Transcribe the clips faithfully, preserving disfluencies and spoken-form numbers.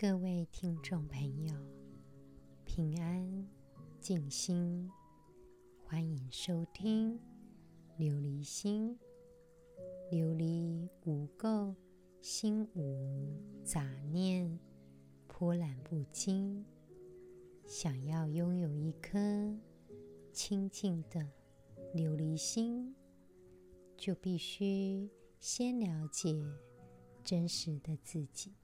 各位听众朋友，平安静心，欢迎收听琉璃心。琉璃无垢，心无杂念，波澜不惊。想要拥有一颗清净的琉璃心，就必须先了解真实的自己。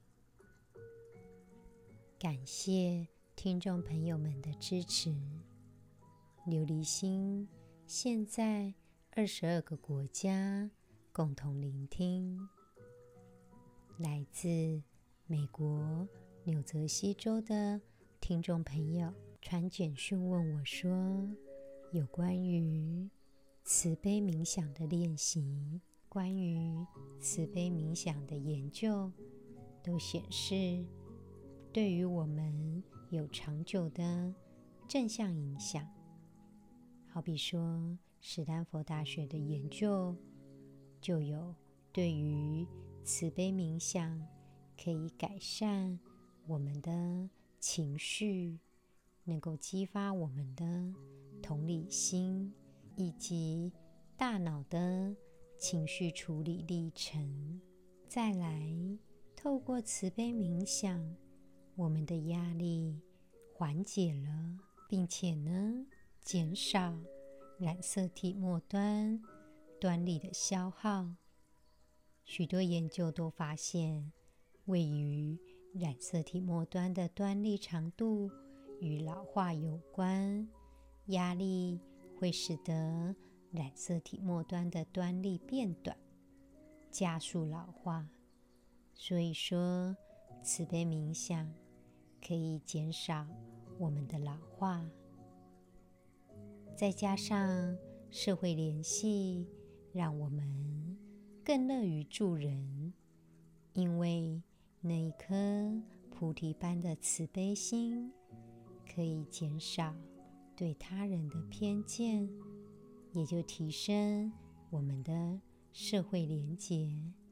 感谢听众朋友们的支持。琉璃心现在二十二个国家共同聆听。来自美国纽泽西州的听众朋友传简讯问我说，有关于慈悲冥想的练习，关于慈悲冥想的研究都显示，对于我们有长久的正向影响。好比说，史丹佛大学的研究就有对于慈悲冥想可以改善我们的情绪，能够激发我们的同理心，以及大脑的情绪处理历程。再来，透过慈悲冥想，我们的压力缓解了，并且呢，减少染色体末端端粒的消耗。许多研究都发现，位于染色体末端的端粒长度与老化有关。压力会使得染色体末端的端粒变短，加速老化。所以说，慈悲冥想可以减少我们的老化。再加上社会联系，让我们更乐于助人，因为那一颗菩提般的慈悲心可以减少对他人的偏见，也就提升我们的社会连结。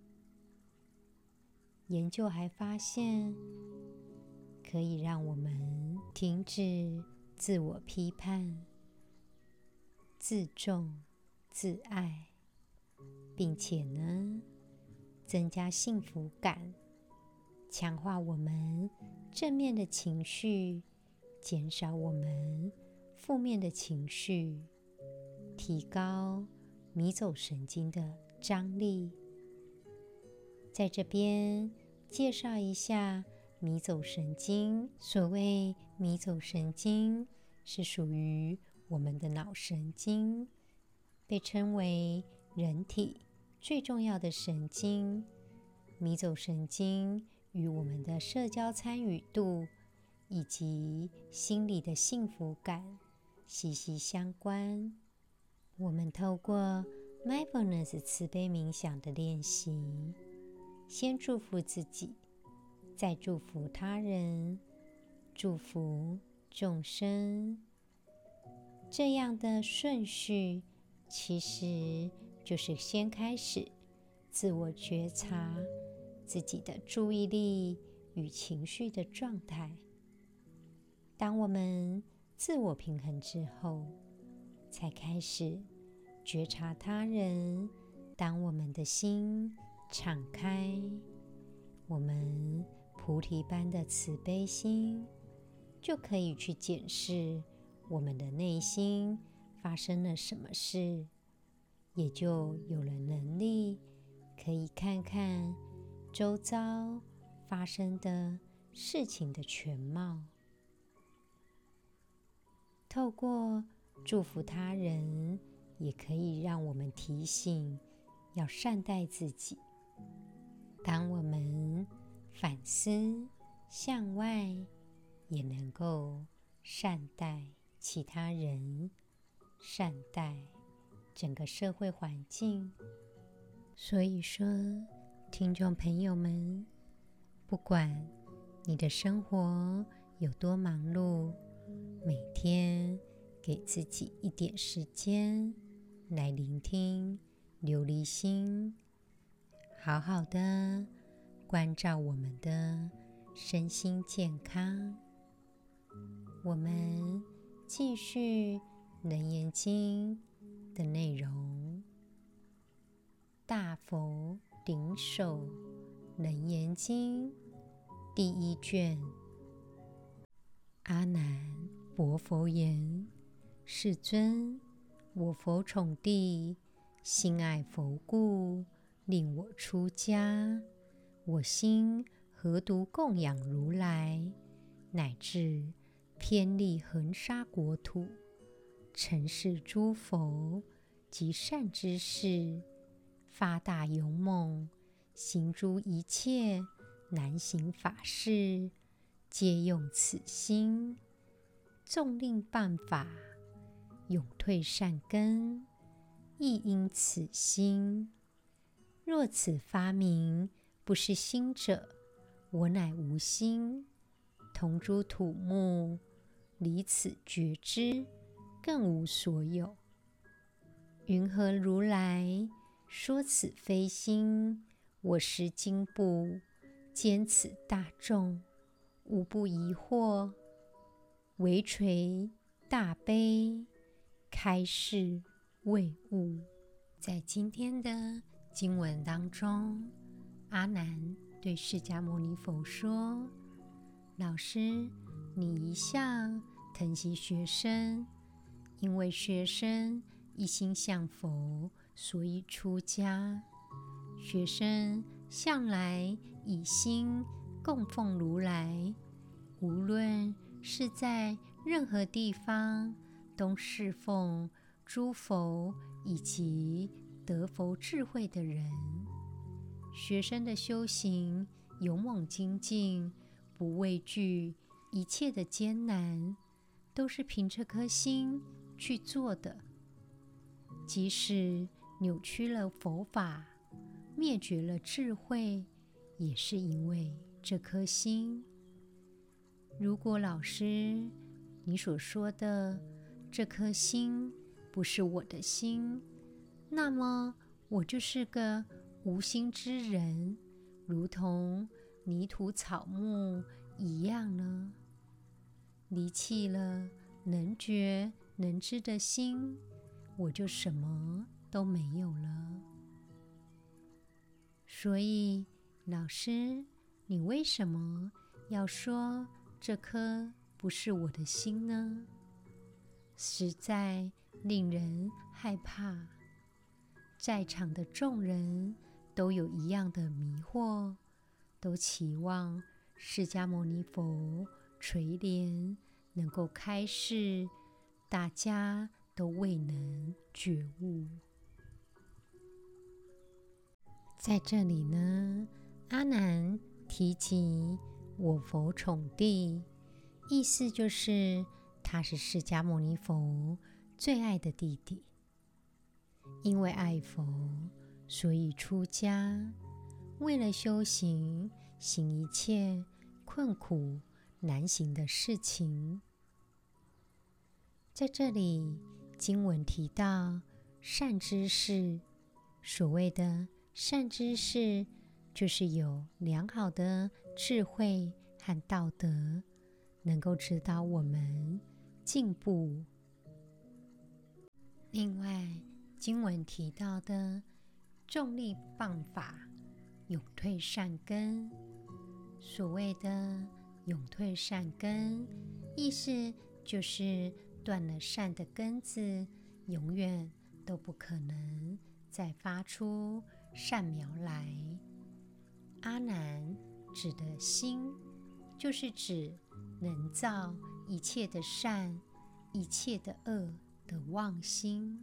研究还发现，可以让我们停止自我批判、自重、自爱，并且呢，增加幸福感，强化我们正面的情绪，减少我们负面的情绪，提高迷走神经的张力。在这边介绍一下迷走神经。所谓迷走神经，是属于我们的脑神经，被称为人体最重要的神经。迷走神经与我们的社交参与度以及心理的幸福感息息相关。我们透过 Mindfulness 慈悲冥想的练习，先祝福自己，再祝福他人，祝福众生。这样的顺序其实就是先开始自我觉察自己的注意力与情绪的状态。当我们自我平衡之后，才开始觉察他人。当我们的心敞开，我们菩提般的慈悲心就可以去检视我们的内心发生了什么事，也就有了能力可以看看周遭发生的事情的全貌。透过祝福他人，也可以让我们提醒要善待自己。当我们反思向外，也能够善待其他人，善待整个社会环境。所以说，听众朋友们，不管你的生活有多忙碌，每天给自己一点时间来聆听琉璃心，好好的关照我们的身心健康。我们继续《楞严经》的内容，大佛顶首楞严经第一卷。阿难，薄佛言：世尊，我佛宠弟，心爱佛故，令我出家。我心何独供养如来，乃至遍历恒沙国土，承事诸佛及善知识，发大勇猛，行诸一切难行法事，皆用此心。纵令办法，永退善根，亦因此心。若此发明不是心者，我乃无心。同诸土木，离此觉知，更无所有。云何如来说此非心？我识经部，兼此大众，无不疑惑。唯垂大悲，开示慰悟。在今天的经文当中，阿难对释迦牟尼佛说：老师，你一向疼惜学生，因为学生一心向佛，所以出家。学生向来以心供奉如来，无论是在任何地方，都侍奉诸佛以及得佛智慧的人。学生的修行勇猛精进，不畏惧一切的艰难，都是凭这颗心去做的。即使扭曲了佛法，灭绝了智慧，也是因为这颗心。如果老师你所说的这颗心不是我的心，那么我就是个无心之人，如同泥土草木一样呢。离弃了能觉能知的心，我就什么都没有了。所以老师，你为什么要说这颗不是我的心呢？实在令人害怕。在场的众人都有一样的迷惑，都期望释迦牟尼佛垂怜，能够开示，大家都未能觉悟。在这里呢，阿难提及我佛宠弟，意思就是他是释迦牟尼佛最爱的弟弟。因为爱佛，所以出家，为了修行，行一切困苦难行的事情。在这里，经文提到善知识，所谓的善知识，就是有良好的智慧和道德，能够指导我们进步。另外，经文提到的重力棒法，永退善根。所谓的永退善根，意思就是断了善的根子，永远都不可能再发出善苗来。阿难指的心，就是指能造一切的善，一切的恶的妄心。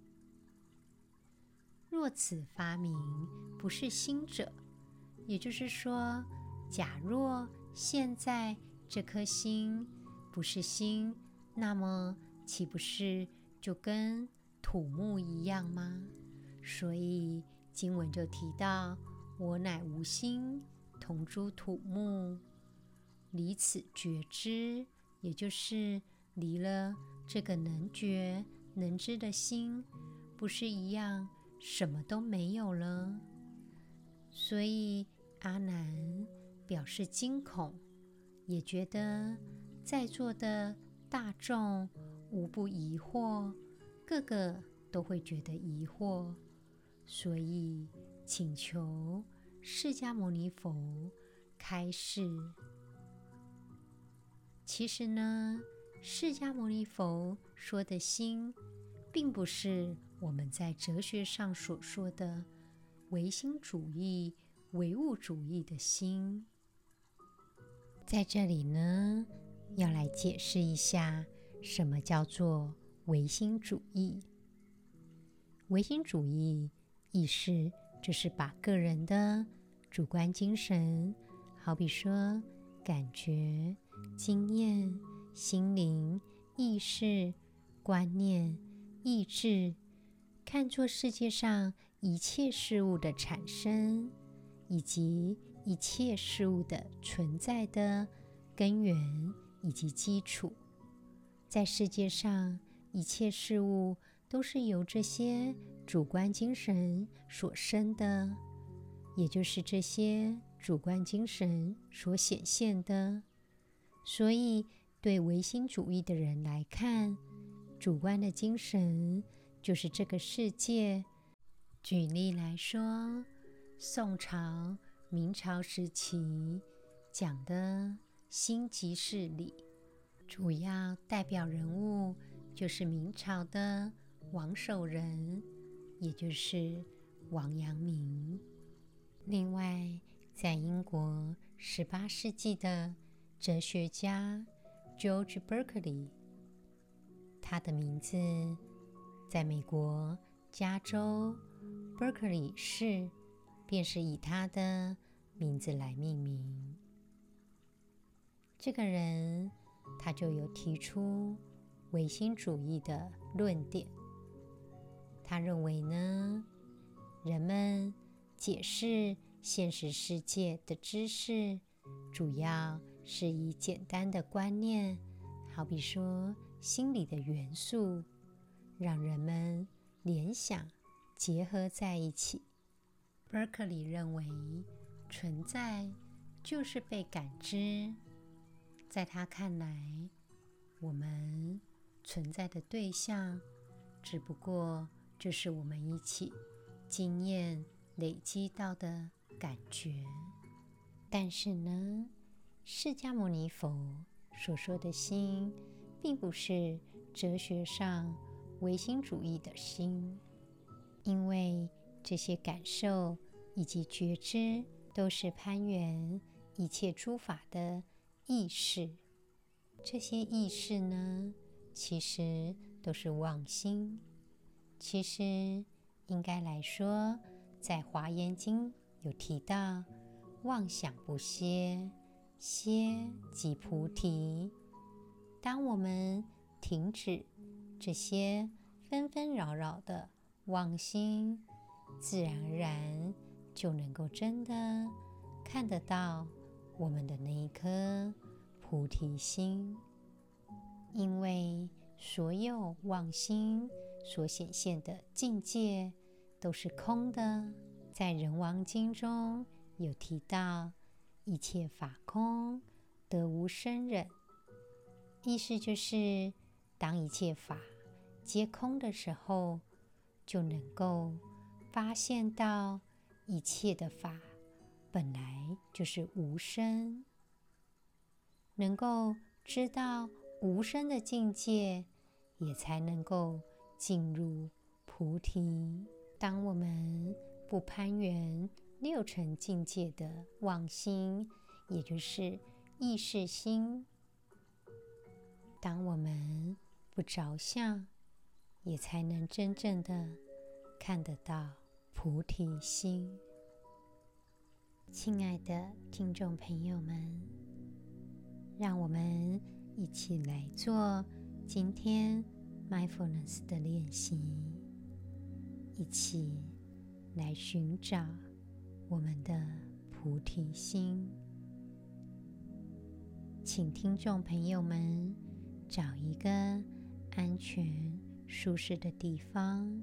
若此发明不是心者，也就是说，假若现在这颗心不是心，那么岂不是就跟土木一样吗？所以经文就提到：我乃无心，同诸土木，离此觉知，也就是离了这个能觉能知的心，不是一样什么都没有了。所以阿难表示惊恐， 也觉得在座的大众无不疑惑，个个都会觉得疑惑，所以请求释迦牟尼佛开示。其实呢，释迦牟尼佛说的心，并不是我们在哲学上所说的唯心主义、唯物主义的心。在这里呢，要来解释一下什么叫做唯心主义。唯心主义意思就是把个人的主观精神，好比说感觉、经验、心灵、意识、观念、意志，看作世界上一切事物的产生，以及一切事物的存在的根源以及基础。在世界上，一切事物都是由这些主观精神所生的，也就是这些主观精神所显现的。所以对唯心主义的人来看，主观的精神就是这个世界。举例来说，宋朝、明朝时期讲的心即是理，主要代表人物就是明朝的王守仁，也就是王阳明。另外，在英国十八世纪的哲学家 George Berkeley， 他的名字在美国加州 Berkeley 市便是以他的名字来命名。这个人他就有提出唯心主义的论点。他认为呢，人们解释现实世界的知识，主要是以简单的观念，好比说心理的元素，让人们联想结合在一起。Berkeley 认为，存在就是被感知。在他看来，我们存在的对象，只不过就是我们一起经验累积到的感觉。但是呢，释迦牟尼佛所说的心，并不是哲学上唯心主义的心，因为这些感受以及觉知都是攀缘一切诸法的意识。这些意识呢，其实都是妄心。其实应该来说，在华严经有提到，妄想不歇，歇即菩提。当我们停止这些纷纷扰扰的妄心，自然而然就能够真的看得到我们的那一颗菩提心。因为所有妄心所显现的境界都是空的。在人王经中有提到，一切法空，得无生忍。意思就是，当一切法皆空的时候，就能够发现到一切的法本来就是无生，能够知道无生的境界，也才能够进入菩提。当我们不攀缘六尘境界的妄心，也就是意识心，当我们不着相，也才能真正的看得到菩提心。亲爱的听众朋友们，让我们一起来做今天 mindfulness 的练习，一起来寻找我们的菩提心。请听众朋友们找一个安全舒适的地方，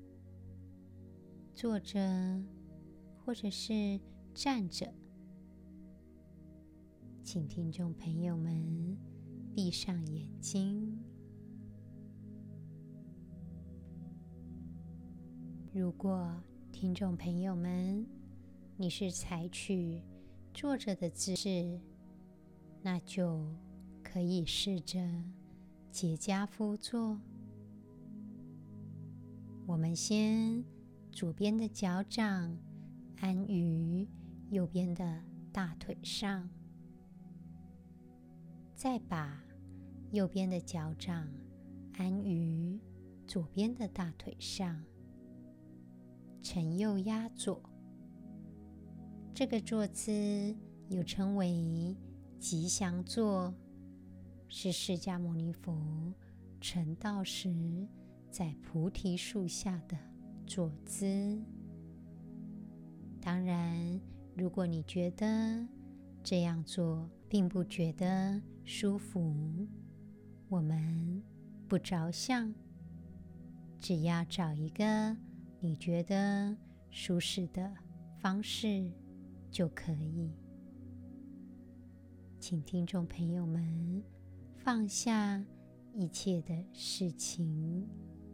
坐着或者是站着， 请听众朋友们闭上眼睛。如果听众朋友们你是采取坐着的姿势，那就可以试着结跏趺坐。我们先左边的脚掌安于右边的大腿上，再把右边的脚掌安于左边的大腿上，承右压左。这个坐姿又称为吉祥坐，是释迦牟尼佛成道时在菩提树下的坐姿。当然，如果你觉得这样做并不觉得舒服，我们不着相，只要找一个你觉得舒适的方式就可以。请听众朋友们放下一切的事情，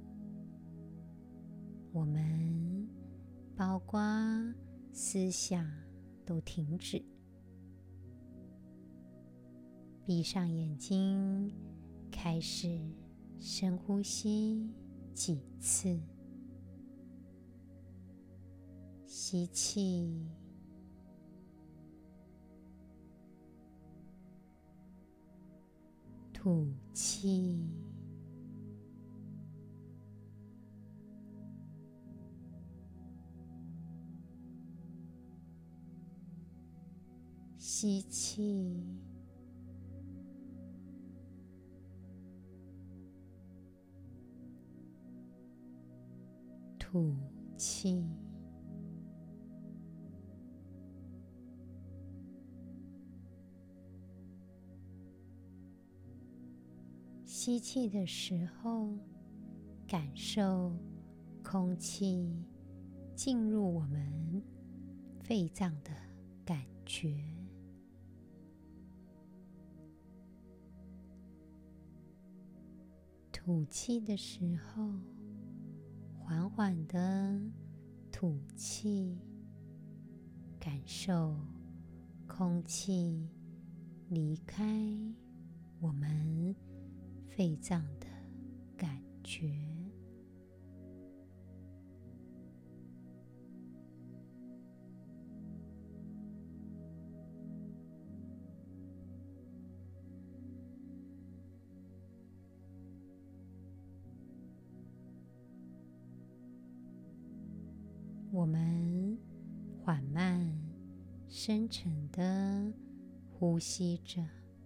我们包括思想都停止，闭上眼睛，开始深呼吸几次。吸气，吐气，吸气，吐气。吸气的时候，感受空气进入我们肺脏的感觉。吐气的时候，缓缓地吐气，感受空气离开我们肺脏的感觉。我们缓慢、深沉地呼吸着。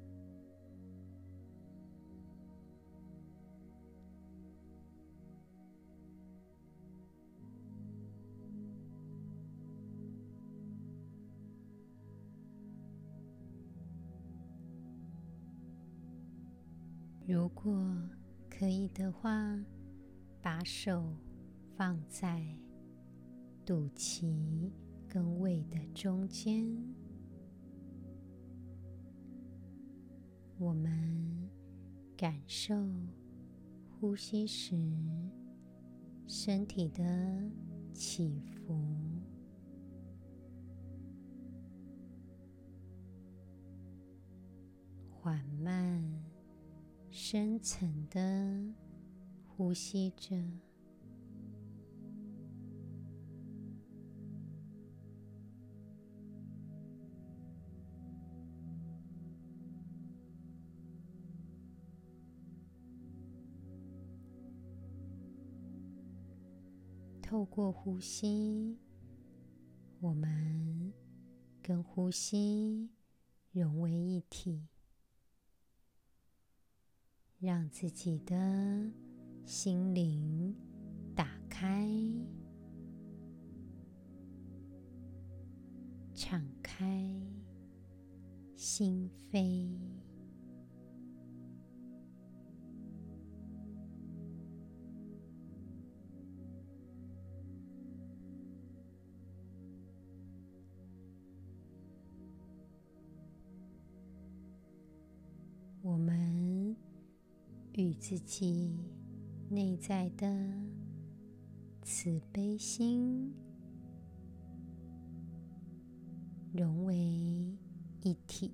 如果可以的话，把手放在肚脐跟胃的中间，我们感受呼吸时身体的起伏，缓慢深层的呼吸着。透过呼吸，我们跟呼吸融为一体，让自己的心灵打开、敞开心扉。 与自己内在的慈悲心融为一体。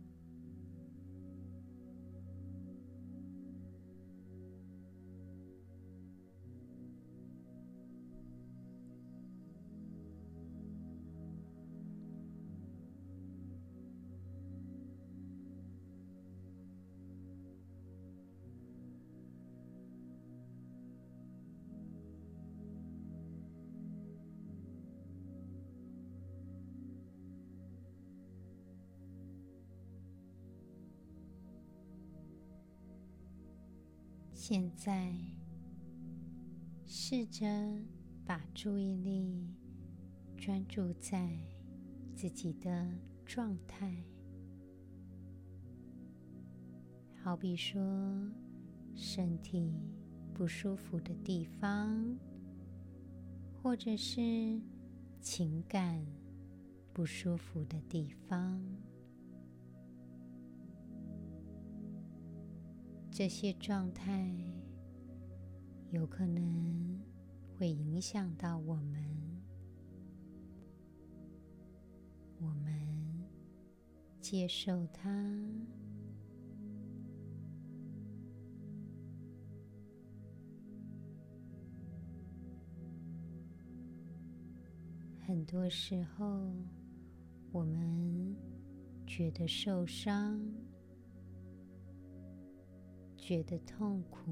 现在，试着把注意力专注在自己的状态，好比说身体不舒服的地方，或者是情感不舒服的地方。这些状态有可能会影响到我们，我们接受它，很多时候我们觉得受伤，觉得痛苦，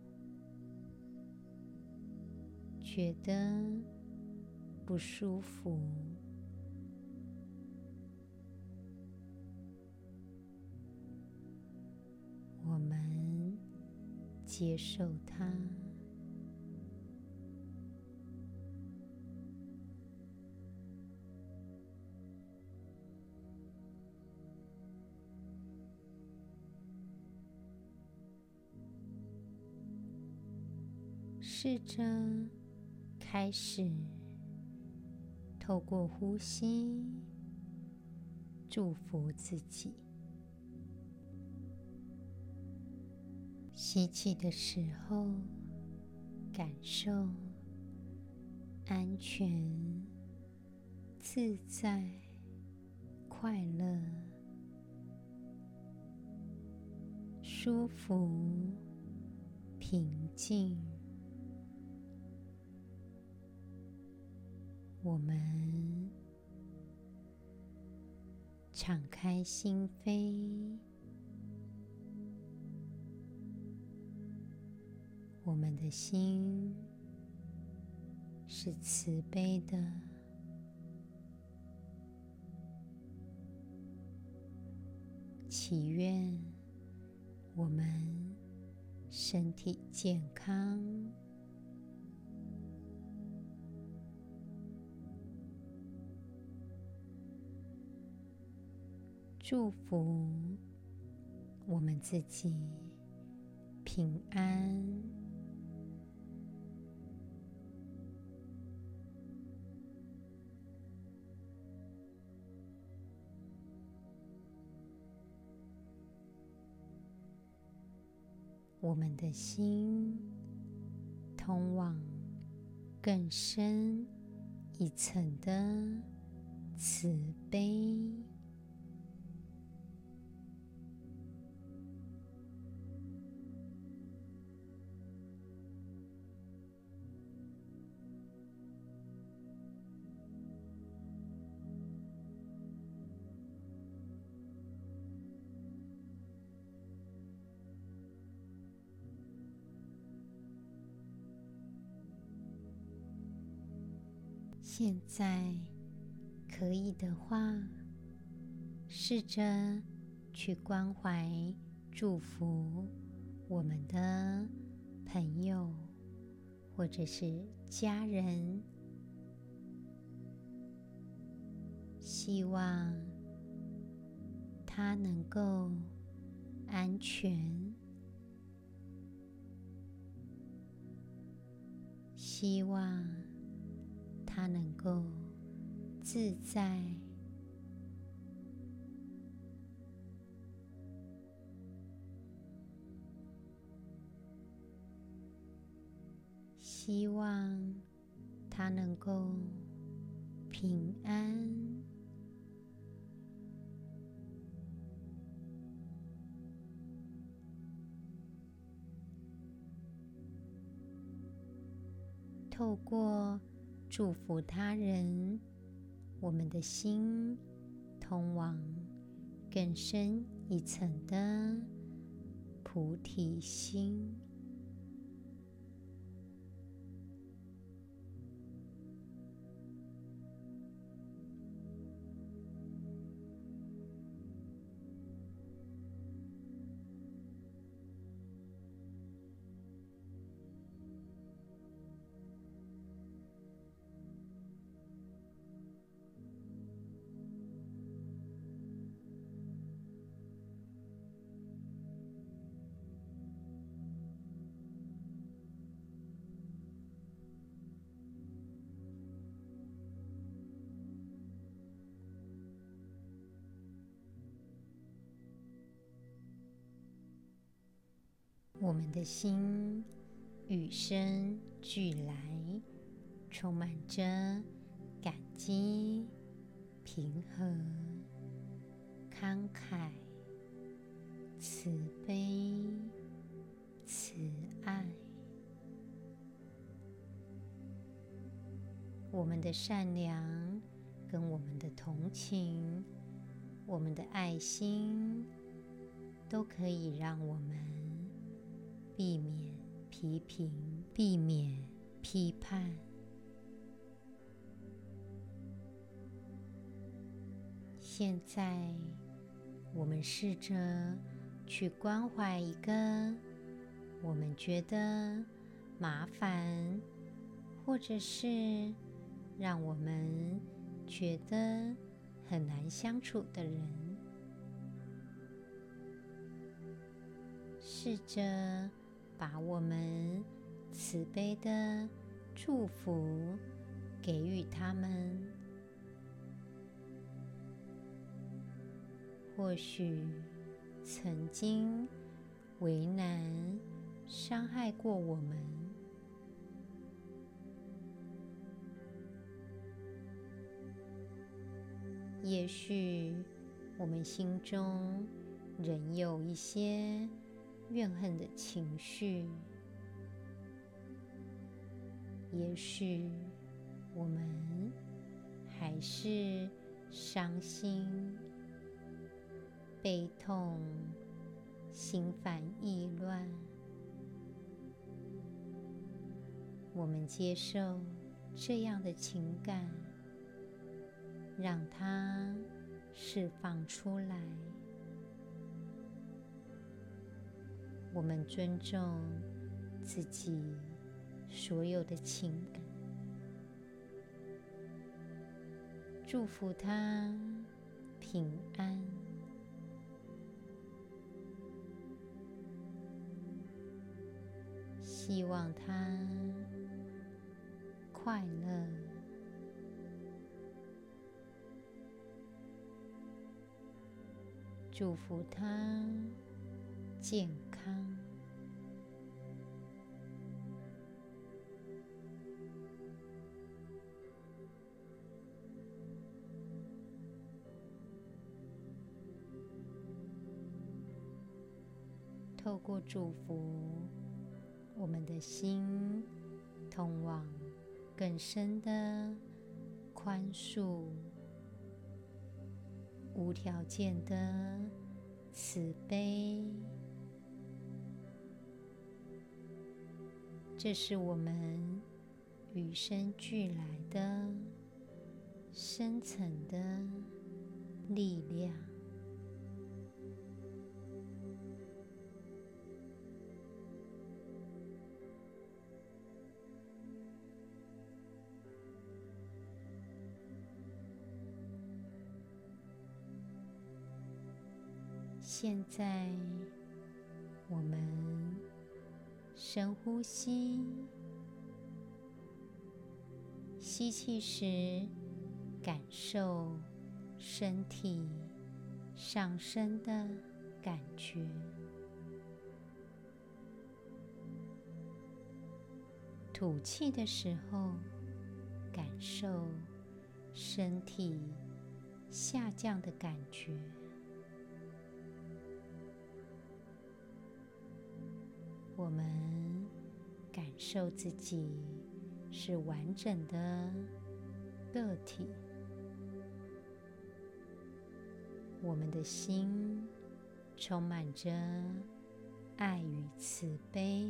觉得不舒服，我们接受它，试着开始透过呼吸祝福自己。吸气的时候，感受安全、自在、快乐、舒服、平静。我们敞开心扉，我们的心是慈悲的，祈愿我们身体健康，祝福我们自己平安。我们的心通往更深一层的慈悲。现在可以的话，试着去关怀、祝福我们的朋友或者是家人，希望他能够安全，希望他能够自在， 希望他能够平安。透过祝福他人，我们的心通往更深一层的菩提心。我们的心与生俱来，充满着感激、平和、慷慨、慈悲、慈爱。我们的善良跟我们的同情，我们的爱心，都可以让我们避免批评，避免批判。现在，我们试着去关怀一个我们觉得麻烦，或者是让我们觉得很难相处的人，试着把我们慈悲的祝福给予他们。或许曾经为难、伤害过我们，也许我们心中仍有一些怨恨的情绪，也许我们还是伤心、悲痛、心烦意乱。我们接受这样的情感，让它释放出来。我们尊重自己所有的情感，祝福他平安，希望他快乐，祝福他健康。透过祝福，我们的心通往更深的宽恕、无条件的慈悲。这是我们与生俱来的深层的力量。现在，我们深呼吸，吸气时感受身体上升的感觉， 吐气的时候，感受身体下降的感觉。我们感受自己是完整的个体，我们的心充满着爱与慈悲，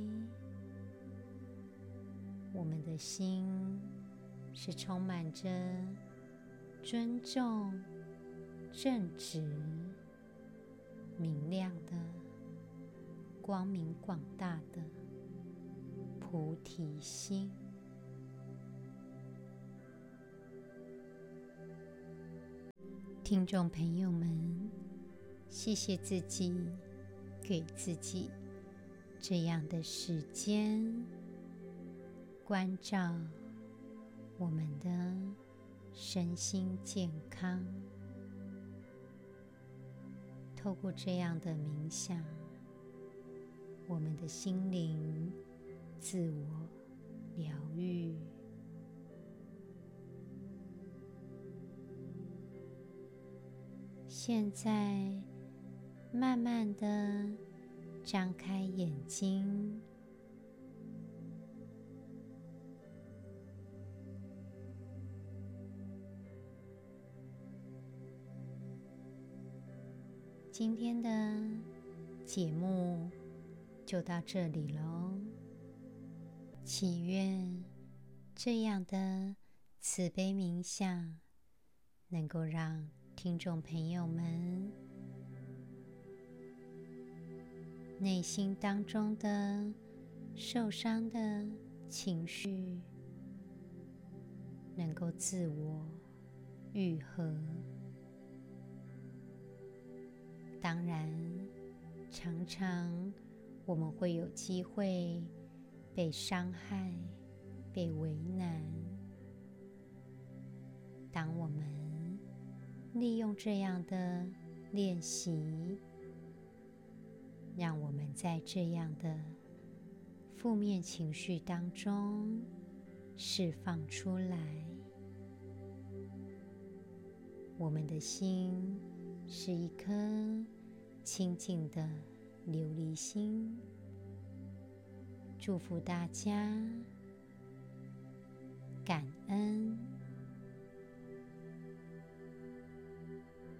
我们的心是充满着尊重、正直、明亮的、光明广大的菩提心。听众朋友们，谢谢自己给自己这样的时间，关照我们的身心健康。透过这样的冥想，我们的心灵自我疗愈。现在慢慢的张开眼睛，今天的节目就到这里咯。祈愿这样的慈悲冥想能够让听众朋友们内心当中的受伤的情绪能够自我愈合。当然，常常我们会有机会被伤害、被为难。当我们利用这样的练习，让我们在这样的负面情绪当中释放出来。我们的心是一颗清净的琉璃心。祝福大家，感恩。